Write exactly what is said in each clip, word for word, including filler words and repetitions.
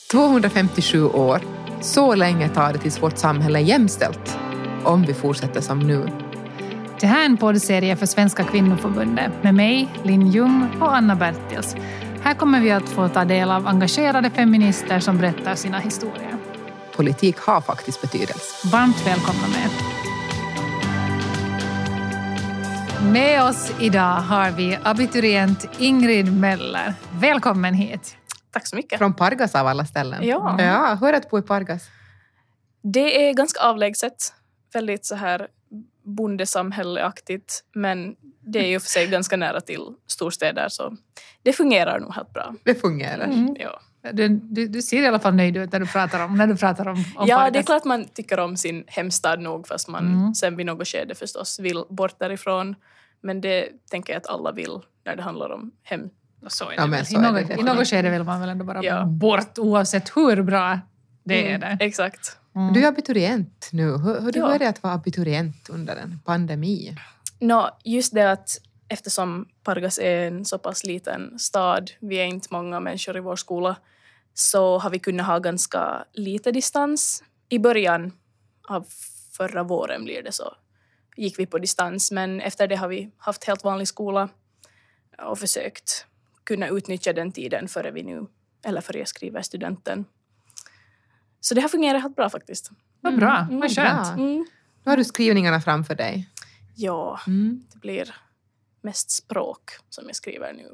tvåhundrafemtiosju år. Så länge tar det tills vårt samhälle är jämställt. Om vi fortsätter som nu. Det här är en poddserie för Svenska kvinnoförbundet med mig, Linn Ljung och Anna Bertils. Här kommer vi att få ta del av engagerade feminister som berättar sina historier. Politik har faktiskt betydelse. Varmt välkomna med. Med oss idag har vi abiturient Ingrid Möller. Välkommen hit. Tack så mycket. Från Pargas av alla ställen. Ja. Ja, hur är det att bo i Pargas? Det är ganska avlägset. Väldigt så här bondesamhälleaktigt. Men det är ju för sig ganska nära till storstäder. Så det fungerar nog helt bra. Det fungerar. Mm. Ja. Du, du, du ser i alla fall nöjd ut när du pratar om, när du pratar om, om Ja, Pargas. det är klart man tycker om sin hemstad nog. Fast man Mm. sen vid något skede förstås vill bort därifrån. Men det tänker jag att alla vill när det handlar om hem. Så är det Ja, men väl. så I, är något, det I definitivt. något skede vill man väl ändå bara Ja. bort oavsett hur bra det är Mm, det. Exakt. Mm. Du är abiturient nu. Hur har du Ja. börjat vara abiturient under en pandemi? Nå, just det att eftersom Pargas är en så pass liten stad, vi är inte många människor i vår skola, så har vi kunnat ha ganska lite distans. I början av förra våren blir det så, gick vi på distans, men efter det har vi haft helt vanlig skola och försökt kunna utnyttja den tiden före vi nu, eller före jag skriver studenten. Så det har fungerat helt bra faktiskt. Vad bra, Mm, vad skönt. bra. Mm. Nu har du skrivningarna framför dig. Ja, Mm. det blir mest språk som jag skriver nu.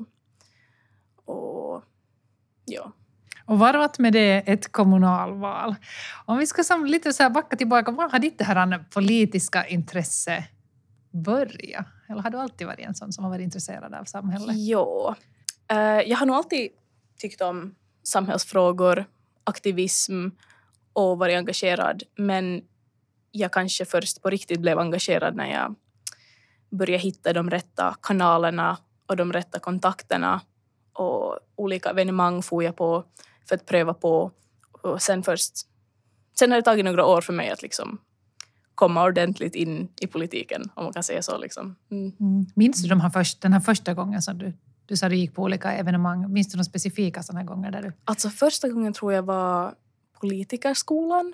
Och ja. Och varvat med det ett kommunalval. Om vi ska som lite så här backa tillbaka, var har ditt det här politiska intresse börjat? Eller har du alltid varit en sån som har varit intresserad av samhället? Ja. Uh, jag har nog alltid tyckt om samhällsfrågor, aktivism och varit engagerad. Men jag kanske först på riktigt blev engagerad när jag började hitta de rätta kanalerna och de rätta kontakterna. Och olika evenemang får jag på för att pröva på. Och sen först, sen har det tagit några år för mig att liksom komma ordentligt in i politiken, om man kan säga så. Liksom. Mm. Mm. Minns du de här först, den här första gången som du, du sa du gick på olika evenemang? Minns du de specifika sådana här gånger där du... Alltså första gången tror jag var politikerskolan.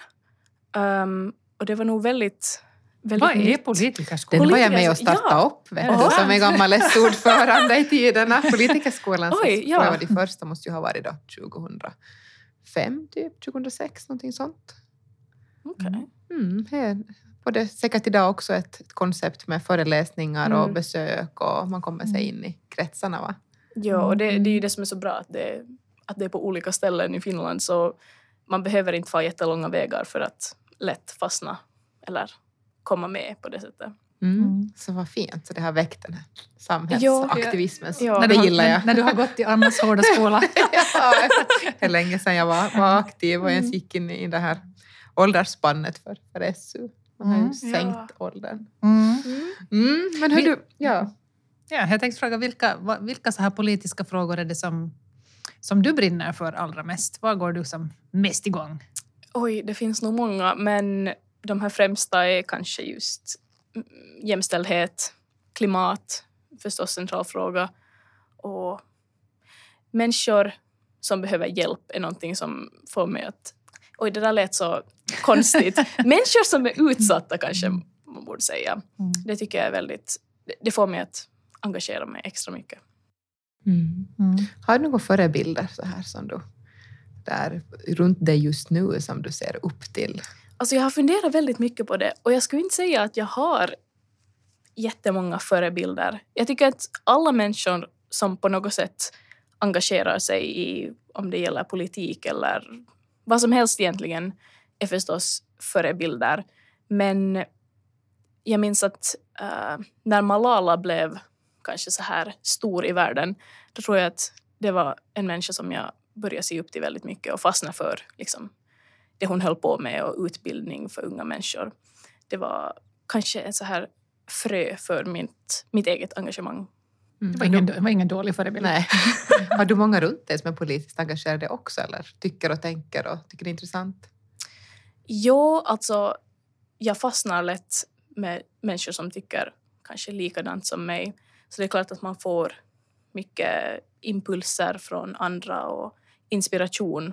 Um, och det var nog väldigt... väldigt Vad är nytt. politikerskolan? Den var jag med och Politiker- startade ja. upp, vet du, Oj. som en gammal S ordförande i tiderna. Politikerskolan så Oj, ja. tror jag var de första, måste ju ha varit då tjugohundrafem, typ, tjugohundrasex, någonting sånt. Okej. Mm, här. Och det är säkert idag också ett, ett koncept med föreläsningar och Mm. besök och man kommer sig in i kretsarna, va? Ja, och det, det är ju det som är så bra, att det, att det är på olika ställen i Finland, så man behöver inte få jättelånga vägar för att lätt fastna eller komma med på det sättet. Mm. Mm. Så vad fint, så det har väckt den här samhällsaktivismen. Ja. Det När du har- gillar jag. När, när du har gått i Annas hårda skola. Ja, det är länge sedan jag var, var aktiv och ens gick in i det här åldersspannet för, för S U. Man har ju Mm. sänkt Ja. åldern. Mm. Mm, men hur Vi- du... Ja. Ja, jag tänkte fråga, vilka, vad- vilka så här politiska frågor är det som, som du brinner för allra mest? Var går du som mest igång? Oj, det finns nog många, men de här främsta är kanske just mm, jämställdhet, klimat, förstås central fråga, och människor som behöver hjälp är någonting som får mig att... Oj, det där lät så konstigt. Människor som är utsatta kanske man borde säga. Mm. Det tycker jag är väldigt... det- Det får mig att engagera mig extra mycket. Mm. Mm. Har du några förebilder så här som du... Där runt dig just nu som du ser upp till? Alltså jag har funderat väldigt mycket på det, och jag skulle inte säga att jag har jättemånga förebilder. Jag tycker att alla människor som på något sätt engagerar sig i, om det gäller politik eller vad som helst egentligen, är förstås förebilder. Men jag minns att uh, när Malala blev kanske så här stor i världen, då tror jag att det var en människa som jag började se upp till väldigt mycket och fastna för liksom, det hon höll på med och utbildning för unga människor. Det var kanske en så här frö för mitt, mitt eget engagemang. Mm. Det var ingen, det var ingen dålig förebild. Nej. Har du många runt dig som är politiskt engagerade också? Eller tycker och tänker och tycker det är intressant? Jo, alltså jag fastnar lätt med människor som tycker kanske likadant som mig. Så det är klart att man får mycket impulser från andra och inspiration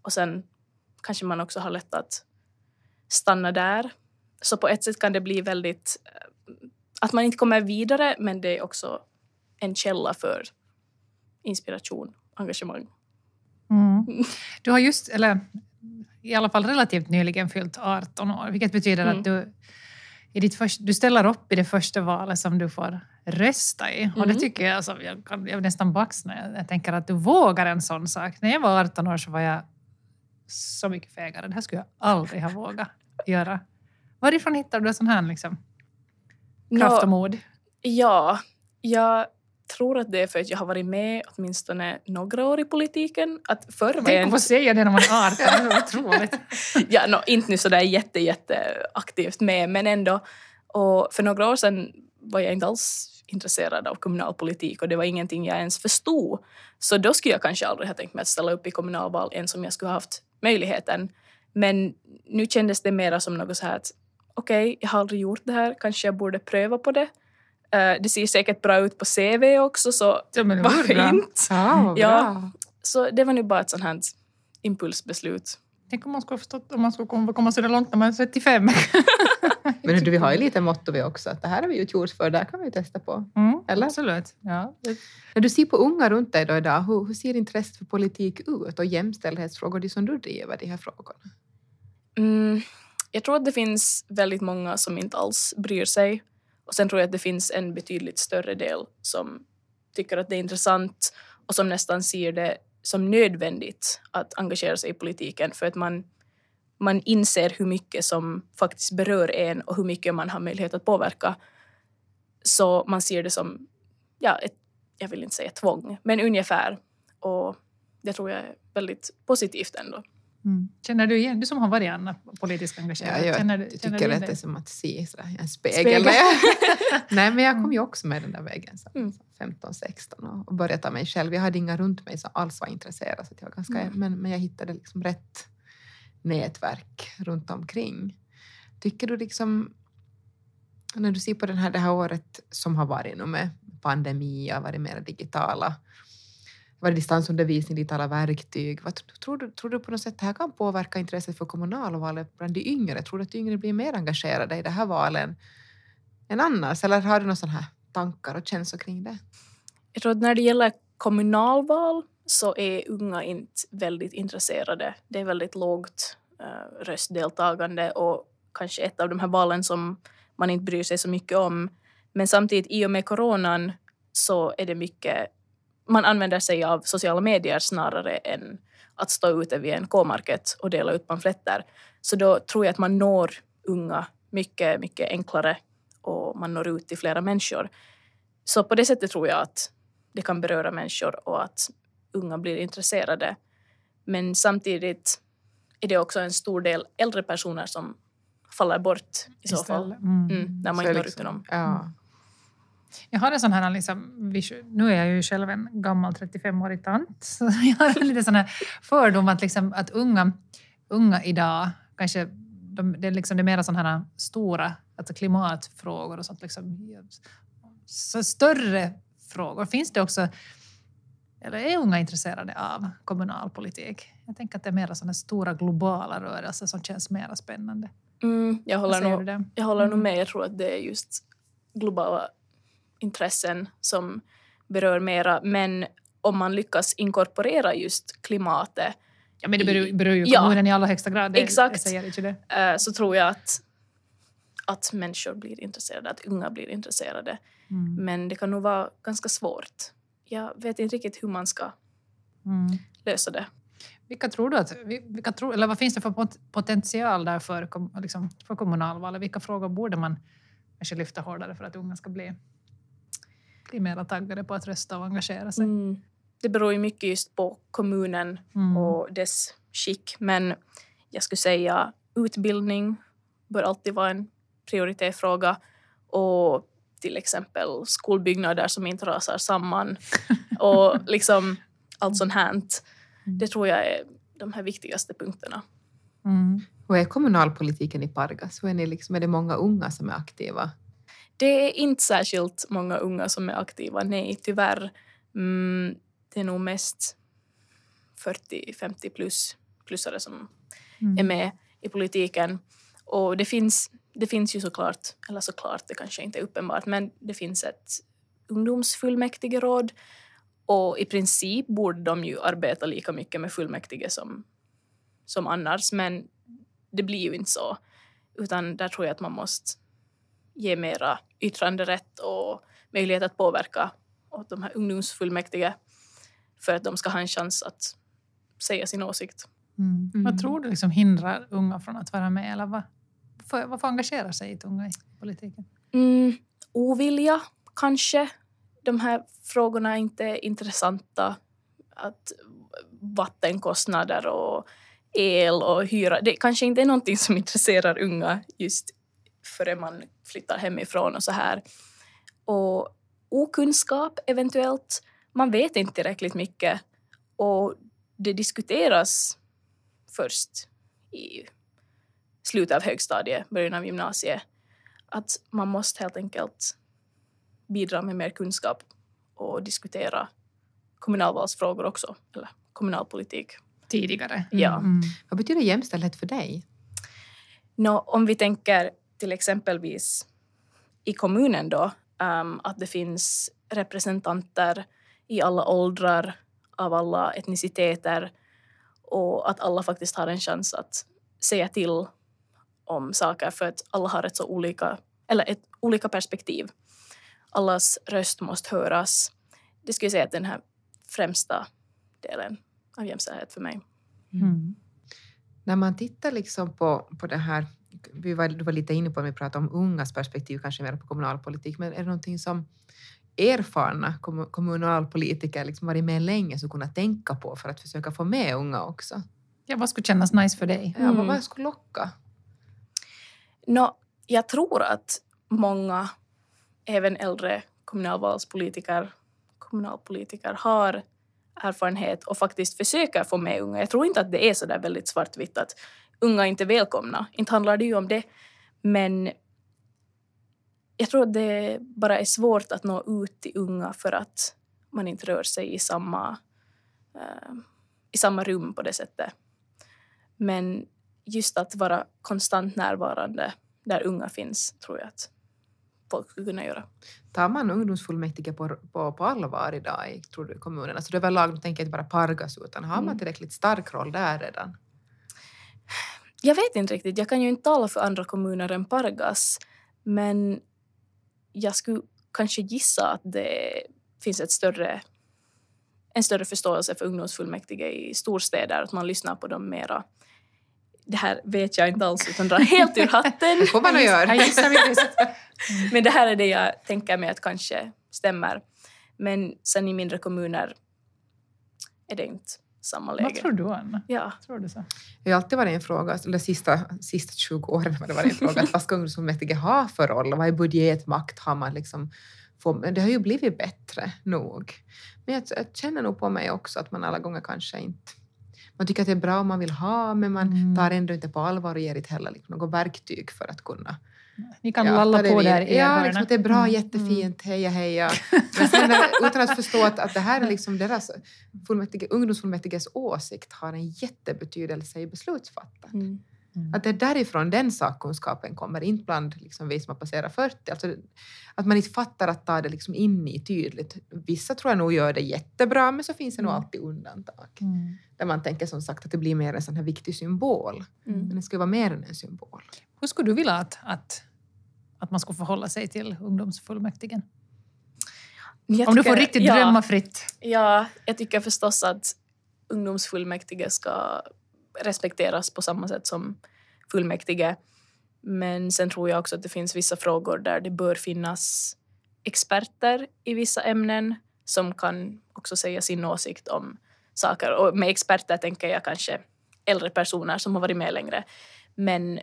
och sen kanske man också har lätt att stanna där. Så på ett sätt kan det bli väldigt att man inte kommer vidare, men det är också en källa för inspiration, engagemang. Mm. Du har just, eller i alla fall relativt nyligen fyllt arton år, vilket betyder mm. att du, i ditt först, du ställer upp i det första valet som du får rösta i. Mm. Och det tycker jag, alltså, jag, kan, jag nästan baxnar. Jag tänker att du vågar en sån sak. När jag var arton år så var jag så mycket fegare. Det här skulle jag aldrig ha vågat göra. Varifrån hittar du sån här liksom, kraft och mod? No, ja, jag tror att det är för att jag har varit med åtminstone några år i politiken. Att förr var Tänk jag att få säga det när man är arton, det är otroligt. Ja, no, inte nu sådär jätte, jätte aktivt med, men ändå. Och för några år sedan var jag inte alls intresserad av kommunalpolitik och det var ingenting jag ens förstod. Så då skulle jag kanske aldrig ha tänkt mig att ställa upp i kommunalval än som jag skulle ha haft möjligheten. Men nu kändes det mer som något så här att okej, okay, jag har aldrig gjort det här, kanske jag borde pröva på det. Uh, det ser säkert bra ut på C V också, så ja, varför inte? Ja, ja, så det var nu bara ett sånt här impulsbeslut. Tänk om man skulle förstått, om man skulle komma, komma så långt när man är trettiofem. Men du, vi har ju lite motto vi också. Att det här har vi ju gjort för, där kan vi testa på. Mm, eller? Absolut. Ja. När du ser på unga runt dig då idag, hur, hur ser intresset för politik ut? Och jämställdhetsfrågor, det som du driver, de här frågorna? Mm, jag tror att det finns väldigt många som inte alls bryr sig. Och sen tror jag att det finns en betydligt större del som tycker att det är intressant och som nästan ser det som nödvändigt att engagera sig i politiken för att man, man inser hur mycket som faktiskt berör en och hur mycket man har möjlighet att påverka. Så man ser det som, ja, ett, jag vill inte säga tvång, men ungefär. Och det tror jag är väldigt positivt ändå. Mm. Känner du igen, du som har varit Anna politiskt engagerad? Ja, jag känner du, tycker känner att det är som att se sådär, en spegel. spegel. Nej, men jag kom ju också med den där vägen så, mm. femton sexton och, och började ta mig själv. Jag hade inga runt mig som alls var intresserade. Så jag var ganska, mm. men, men jag hittade liksom rätt nätverk runt omkring. Tycker du liksom, när du ser på den här, det här året som har varit nu med pandemi och varit mer digitala, var det distansundervisning, digitala verktyg. Vad, tror, du, tror du på något sätt att det här kan påverka intresset för kommunalvalet bland de yngre? Tror du att de yngre blir mer engagerade i det här valen än annars? Eller har du några sådana här tankar och känslor kring det? Jag tror att när det gäller kommunalval så är unga inte väldigt intresserade. Det är väldigt lågt uh, röstdeltagande och kanske ett av de här valen som man inte bryr sig så mycket om. Men samtidigt i och med coronan så är det mycket, man använder sig av sociala medier snarare än att stå ute vid en K-market och dela ut pamfletter. Så då tror jag att man når unga mycket, mycket enklare och man når ut till flera människor. Så på det sättet tror jag att det kan beröra människor och att unga blir intresserade. Men samtidigt är det också en stor del äldre personer som faller bort i så fall. Mm. Mm, när man så inte når liksom, ut dem. Ja. Jag har en sån här, liksom, nu är jag ju själv en gammal trettiofem-årig tant, så jag har lite sån här fördom att, liksom, att unga, unga idag, kanske de, det är liksom det är mera sådana här stora alltså klimatfrågor och sånt, liksom, så större frågor. Finns det också, eller är unga intresserade av kommunalpolitik? Jag tänker att det är mera sådana stora globala rörelser som känns mera spännande. Mm, jag håller, nog, jag håller mm. nog med, jag tror att det är just globala intressen som berör mera, men om man lyckas inkorporera just klimatet. Ja, men det berör, berör ju kommunen ja, i allra högsta grad. Det, exakt. säger inte det. Så tror jag att, att människor blir intresserade, att unga blir intresserade. Mm. Men det kan nog vara ganska svårt. Jag vet inte riktigt hur man ska mm. lösa det. Vilka tror du att, vilka tror, eller vad finns det för potential där för, liksom, för kommunalvalet? Vilka frågor borde man kanske lyfta hårdare för att unga ska bli bli mer taggade på att rösta och engagera sig? Mm. Det beror ju mycket just på kommunen mm. och dess skick. Men jag skulle säga utbildning bör alltid vara en prioritetfråga. Och till exempel skolbyggnader som inte rasar samman. och liksom allt sånt här. Det tror jag är de här viktigaste punkterna. Mm. Och är kommunalpolitiken i Pargas? Hur är, ni liksom, är det många unga som är aktiva? Det är inte särskilt många unga som är aktiva, nej tyvärr. Mm, det är nog mest fyrtio femtio plus plussare som Mm. är med i politiken. Och det finns, det finns ju såklart, eller såklart, det kanske inte är uppenbart, men det finns ett ungdomsfullmäktigeråd. Och i princip borde de ju arbeta lika mycket med fullmäktige som, som annars. Men det blir ju inte så. Utan där tror jag att man måste ge mera yttranderätt och möjlighet att påverka åt de här ungdomsfullmäktige för att de ska ha en chans att säga sin åsikt. Mm. Mm. Vad tror du liksom hindrar unga från att vara med? Eller vad, varför, varför engagerar sig unga i politiken? Mm, ovilja kanske. De här frågorna är inte intressanta. Att vattenkostnader och el och hyra. Det kanske inte är någonting som intresserar unga just före man flyttar hemifrån och så här. Och okunskap eventuellt. Man vet inte tillräckligt mycket. Och det diskuteras först i slutet av högstadiet, början av gymnasiet. Att man måste helt enkelt bidra med mer kunskap och diskutera kommunalvalsfrågor också. Eller kommunalpolitik. Tidigare. Ja. Mm. Vad betyder jämställdhet för dig? Nå, om vi tänker till exempelvis i kommunen då, um, att det finns representanter i alla åldrar, av alla etniciteter och att alla faktiskt har en chans att säga till om saker för att alla har ett så olika, eller ett olika perspektiv. Allas röst måste höras. Det skulle jag säga att den här främsta delen av jämställdhet för mig. Mm. När man tittar liksom på, på det här, vi var, du var lite inne på när vi pratade om ungas perspektiv, kanske mer på kommunalpolitik, men är det någonting som erfarna kom, kommunalpolitiker liksom varit med länge så kunna tänka på för att försöka få med unga också? Ja, vad skulle kännas nice för dig? Ja, Mm. vad, vad skulle locka? Nå, jag tror att många, även äldre kommunalvalspolitiker, kommunalpolitiker har erfarenhet och faktiskt försöker få med unga. Jag tror inte att det är så där väldigt svartvitt att unga inte är välkomna. Inte handlar det ju om det. Men jag tror att det bara är svårt att nå ut till unga för att man inte rör sig i samma, eh, i samma rum på det sättet. Men just att vara konstant närvarande där unga finns tror jag att folk skulle kunna göra. Tar man ungdomsfullmäktige på, på, på allvar idag i, tror du, kommunen? Alltså det är överlag, nu tänker jag inte bara Pargas, utan har man Mm. tillräckligt stark roll där redan? Jag vet inte riktigt. Jag kan ju inte tala för andra kommuner än Pargas. Men jag skulle kanske gissa att det finns ett större, en större förståelse för ungdomsfullmäktige i storstäder. Att man lyssnar på dem mera. Det här vet jag inte alls utan drar helt ur hatten. Det får man att göra. Jag gissar visst. Men det här är det jag tänker mig att kanske stämmer. Men sen i mindre kommuner är det inte samma läge. Vad tror du, Anna? Ja. Tror du så? Det har alltid varit en fråga, eller sista, sista tjugo åren har det varit en fråga, att vad ska ungdomsfullmäktige ha för roll? Vad är budgetmakt? Har man liksom få, men det har ju blivit bättre nog. Men jag, jag känner nog på mig också att man alla gånger kanske inte, man tycker att det är bra om man vill ha, men man Mm. tar ändå inte på allvar och ger inte heller liksom något verktyg för att kunna. Ni kan Ja, lalla ta det på vid- där i Ja, hörna. liksom att det är bra, Mm. jättefint, heja, heja. Men sen är- utan att förstå att, att det här är liksom deras fullmäktige, ungdomsfullmäktiges åsikt har en jättebetydelse i beslutsfattande. Mm. Mm. Att det är därifrån den sakkunskapen kommer, inte bland liksom vi som har passerat fyrtio. Alltså, att man inte fattar att ta det liksom in i tydligt. Vissa tror jag nog gör det jättebra, men så finns det nog Mm. alltid undantag. Mm. Där man tänker som sagt att det blir mer en sån här viktig symbol. Mm. Men det ska vara mer än en symbol. Hur skulle du vilja att, att, att man skulle förhålla sig till ungdomsfullmäktigen? Jag Om du tycker- får riktigt ja. drömma fritt. Ja, jag tycker förstås att ungdomsfullmäktige ska respekteras på samma sätt som fullmäktige. Men sen tror jag också att det finns vissa frågor där det bör finnas experter i vissa ämnen som kan också säga sin åsikt om saker. Och med experter tänker jag kanske äldre personer som har varit med längre. Men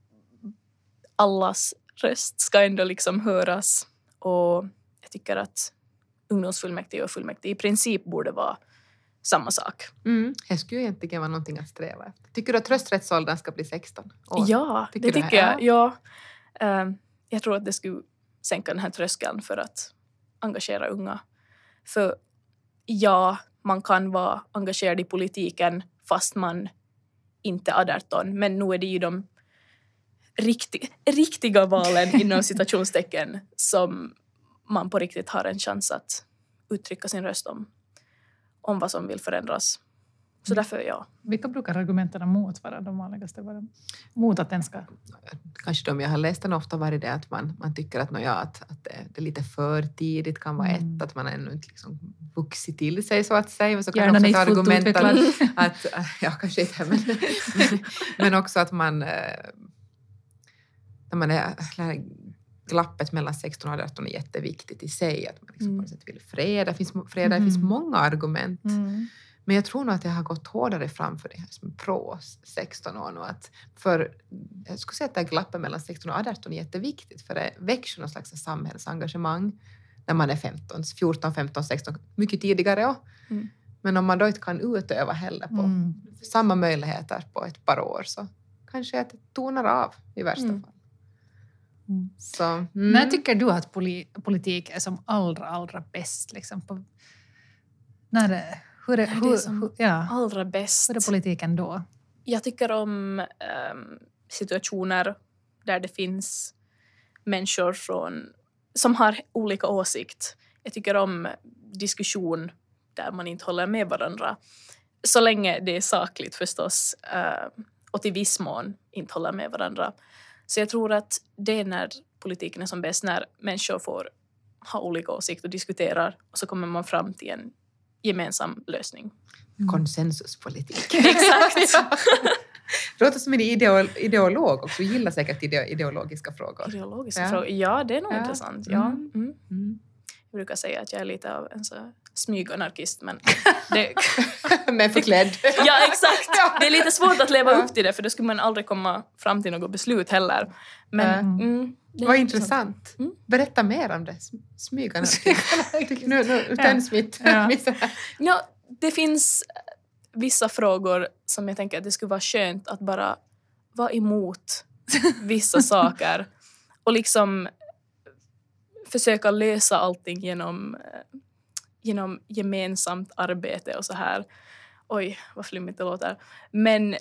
allas röst ska ändå liksom höras. Och jag tycker att ungdomsfullmäktige och fullmäktige i princip borde vara samma sak. Mm. Det skulle ju egentligen vara någonting att sträva efter. Tycker du att rösträttsåldern ska bli sexton år? Ja, Tycker det du tycker det? jag. Ja. Ehm, jag tror att det skulle sänka den här tröskeln för att engagera unga. För ja, man kan vara engagerad i politiken fast man inte arton, men nu är det ju de riktig, riktiga valen inom citationstecken som man på riktigt har en chans att uttrycka sin röst om, om vad som vill förändras. Så mm. därför ja. Vilka brukar argumenten mot vara de vanligaste? Mot att den ska... Kanske de jag har läst den ofta varit det att man, man tycker att, ja, att, att det, det är lite för tidigt kan vara mm. ett, att man ännu inte liksom vuxit till sig så att säga. Så kan gärna också ta argument att, att, ja kanske inte, men, men också att man när man är glappet mellan sexton och arton är jätteviktigt i sig, att man liksom mm. på något sätt vill freda. Det finns, freda, mm. det finns många argument. Mm. Men jag tror nog att jag har gått hårdare fram för det här som pro sexton år nu. Att för, jag skulle säga att det här glappet mellan sexton och arton är jätteviktigt, för det växer någon slags samhällsengagemang när man är femton, fjorton, femton, sexton, mycket tidigare också. Mm. Men om man då inte kan utöva heller på mm. samma möjligheter på ett par år, så kanske att det tonar av i värsta mm. fall. Mm. Så, mm. När tycker du att poli- politik är som allra, allra bäst? Liksom, på, när det, hur är, hur, det är som hur, ja, allra bäst? Hur är politiken då? Jag tycker om um, situationer där det finns människor från, som har olika åsikt. Jag tycker om diskussion där man inte håller med varandra. Så länge det är sakligt förstås. Uh, och till viss mån inte håller med varandra. Så jag tror att det är när politiken är som bäst, när människor får ha olika åsikter och diskuterar, och så kommer man fram till en gemensam lösning. Mm. Konsensuspolitik. Exakt. Ja. Det låter som en ideol- ideolog också. Du gillar säkert ide- ideologiska frågor. Ideologiska ja. frågor? Ja, det är nog ja. intressant. Ja. Mm. Mm. Mm. Jag brukar säga att jag är lite av en så smyganarkist, men det... men förklädd. Ja, exakt. Det är lite svårt att leva upp till det, för då skulle man aldrig komma fram till något beslut heller. Men mm. Mm, det vad intressant. Mm. Berätta mer om det. Smyganarkist. nu nu tänds ja. mitt. Ja. Ja, det finns vissa frågor som jag tänker att det skulle vara skönt att bara vara emot vissa saker. Och liksom försöka lösa allting genom, genom gemensamt arbete och så här. Oj, vad flummigt det låter. Men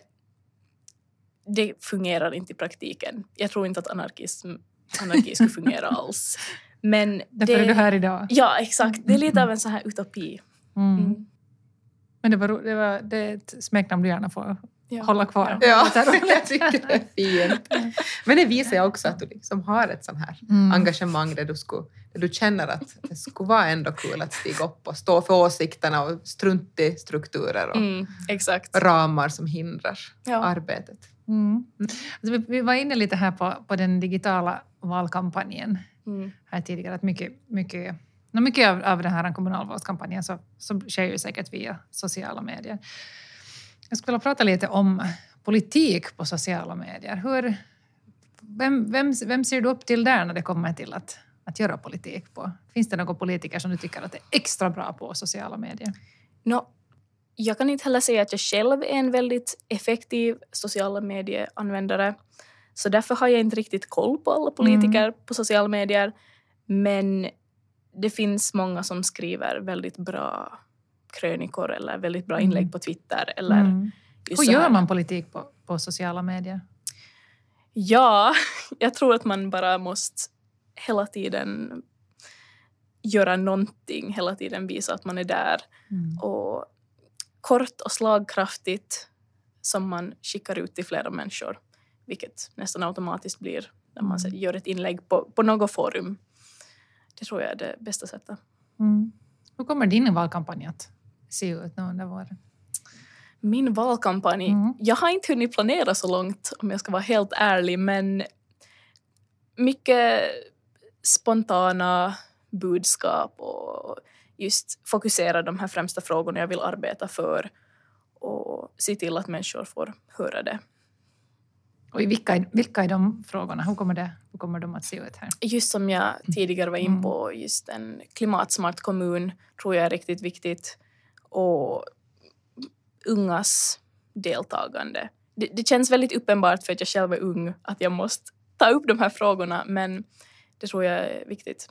det fungerar inte i praktiken. Jag tror inte att anarkism, anarki skulle fungera alls. Men därför det, är du här idag. Ja, exakt. Det är lite av en sån här utopi. Mm. Mm. Men det, var, det, var, det är ett smeknamn du gärna får ja. hålla kvar. Ja, jag tycker det är fint. Men det visar ju också att du liksom har ett sån här mm. engagemang där du, skulle, där du känner att det skulle vara ändå kul att stiga upp och stå för åsikterna och strunt i strukturer och mm, exakt. ramar som hindrar ja. arbetet. Mm. Mm. Alltså vi, vi var inne lite här på, på den digitala valkampanjen mm. här tidigare. Att mycket, mycket, mycket av, av den här kommunalvalskampanjen så, så sker ju säkert via sociala medier. Jag skulle vilja prata lite om politik på sociala medier. Hur, vem, vem, vem ser du upp till där när det kommer till att, att göra politik på? Finns det några politiker som du tycker att är extra bra på sociala medier? No, jag kan inte heller säga att jag själv är en väldigt effektiv sociala medieanvändare. Så därför har jag inte riktigt koll på alla politiker mm. på sociala medier. Men det finns många som skriver väldigt bra krönikor eller väldigt bra inlägg på Twitter. Eller mm. Hur gör man politik på, på sociala medier? Ja, jag tror att man bara måste hela tiden göra någonting. Hela tiden visa att man är där. Mm. Och kort och slagkraftigt som man skickar ut till flera människor. Vilket nästan automatiskt blir när man mm. gör ett inlägg på, på något forum. Det tror jag är det bästa sättet. Mm. Hur kommer din valkampanj att se ut nu under våren? Min valkampanj? Mm. Jag har inte hunnit planera så långt om jag ska vara helt ärlig. Men mycket spontana budskap och just fokusera de här främsta frågorna jag vill arbeta för. Och se till att människor får höra det. Och vilka är, vilka är de frågorna? Hur kommer, det, hur kommer de att se ut här? Just som jag tidigare var in på, just en klimatsmart kommun tror jag är riktigt viktigt. Och ungas deltagande. Det, det känns väldigt uppenbart för att jag själv är ung att jag måste ta upp de här frågorna, men det tror jag är viktigt.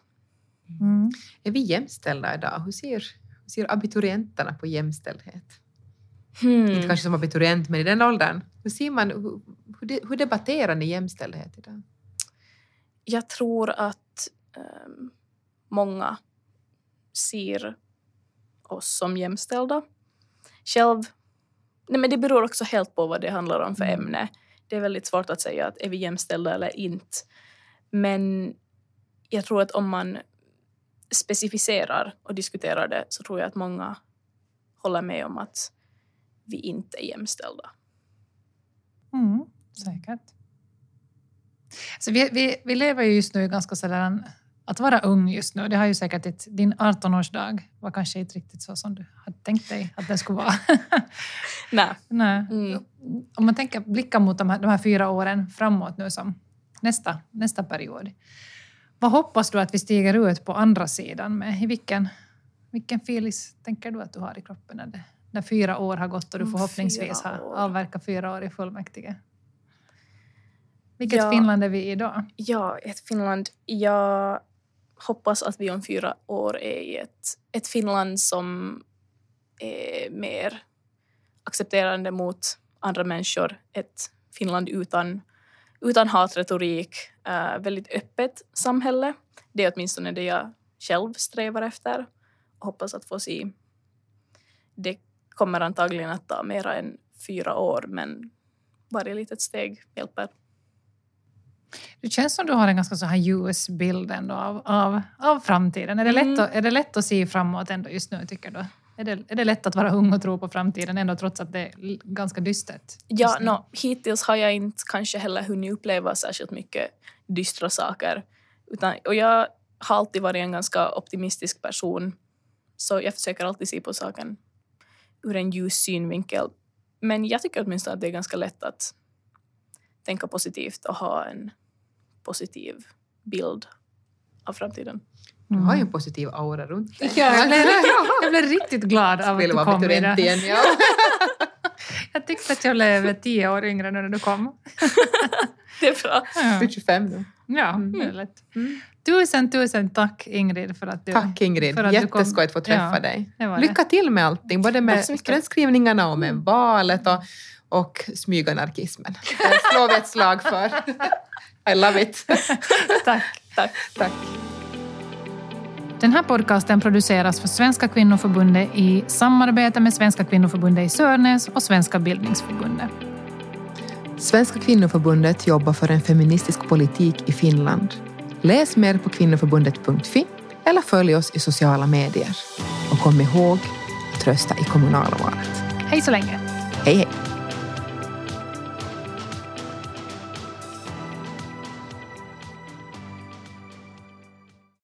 Mm. Är vi jämställda idag? Hur ser, hur ser abiturienterna på jämställdhet? Hmm. Inte kanske som abiturient, men i den åldern. Hur ser man, hur, hur, hur debatterar ni jämställdhet idag? Jag tror att um, många ser oss som jämställda. Själv, nej men det beror också helt på vad det handlar om för ämne. Det är väldigt svårt att säga att är vi jämställda eller inte. Men jag tror att om man specificerar och diskuterar det så tror jag att många håller med om att vi inte är jämställda. Mm, säkert. Så vi, vi, vi lever ju just nu ganska sådär, att vara ung just nu, det har ju säkert ett, din arton-årsdag var kanske inte riktigt så som du hade tänkt dig att det skulle vara. Nej. Nej. Mm. Om man tänker blicka mot de här, de här fyra åren framåt nu som nästa, nästa period. Vad hoppas du att vi stiger ut på andra sidan med? I vilken, vilken feeling tänker du att du har i kroppen när, det, när fyra år har gått och du förhoppningsvis har avverkat fyra år i fullmäktige? Vilket ja, Finland är vi idag? Ja, ett Finland. Jag hoppas att vi om fyra år är i ett, ett Finland som är mer accepterande mot andra människor. Ett Finland utan, utan hatretorik. Uh, väldigt öppet samhälle. Det är åtminstone det jag själv strävar efter. Och hoppas att få se. Det kommer antagligen att ta mer än fyra år, men varje litet steg hjälper. Det känns som du har en ganska så här ljus bild ändå av, av, av framtiden. Är det, Mm. lätt att, är det lätt att se framåt ändå just nu, tycker du? Är det, är det lätt att vara ung och tro på framtiden ändå trots att det är ganska dystert? Ja, no, hittills har jag inte kanske heller hunnit uppleva särskilt mycket dystra saker. Utan, och jag har alltid varit en ganska optimistisk person. Så jag försöker alltid se på saken ur en ljus synvinkel. Men jag tycker åtminstone att det är ganska lätt att tänka positivt och ha en positiv bild av framtiden. Du har ju en positiv aura runt dig. Ja, jag, blev, jag blev riktigt glad av att Vill du vara kom i abiturient det. igen, ja. Jag tyckte att jag blev tio år yngre nu när du kom. Det är bra. Du är tjugofem nu. Ja, det är lätt. Mm. Tusen, tusen tack Ingrid för att du... Tack Ingrid, för att du kom. jätteskojt att få träffa Ja, dig. det var Lycka till med allting, både med så mycket. studentskrivningarna och med valet och, och smyganarkismen. Det slår vi ett slag för. I love it. Tack. Tack. Tack. Den här podcasten produceras för Svenska kvinnoförbundet i samarbete med Svenska kvinnoförbundet i Sörnäs och Svenska bildningsförbundet. Svenska kvinnoförbundet jobbar för en feministisk politik i Finland. Läs mer på kvinnoförbundet punkt fi eller följ oss i sociala medier. Och kom ihåg att rösta i kommunalvalet. Hej så länge! Hej hej!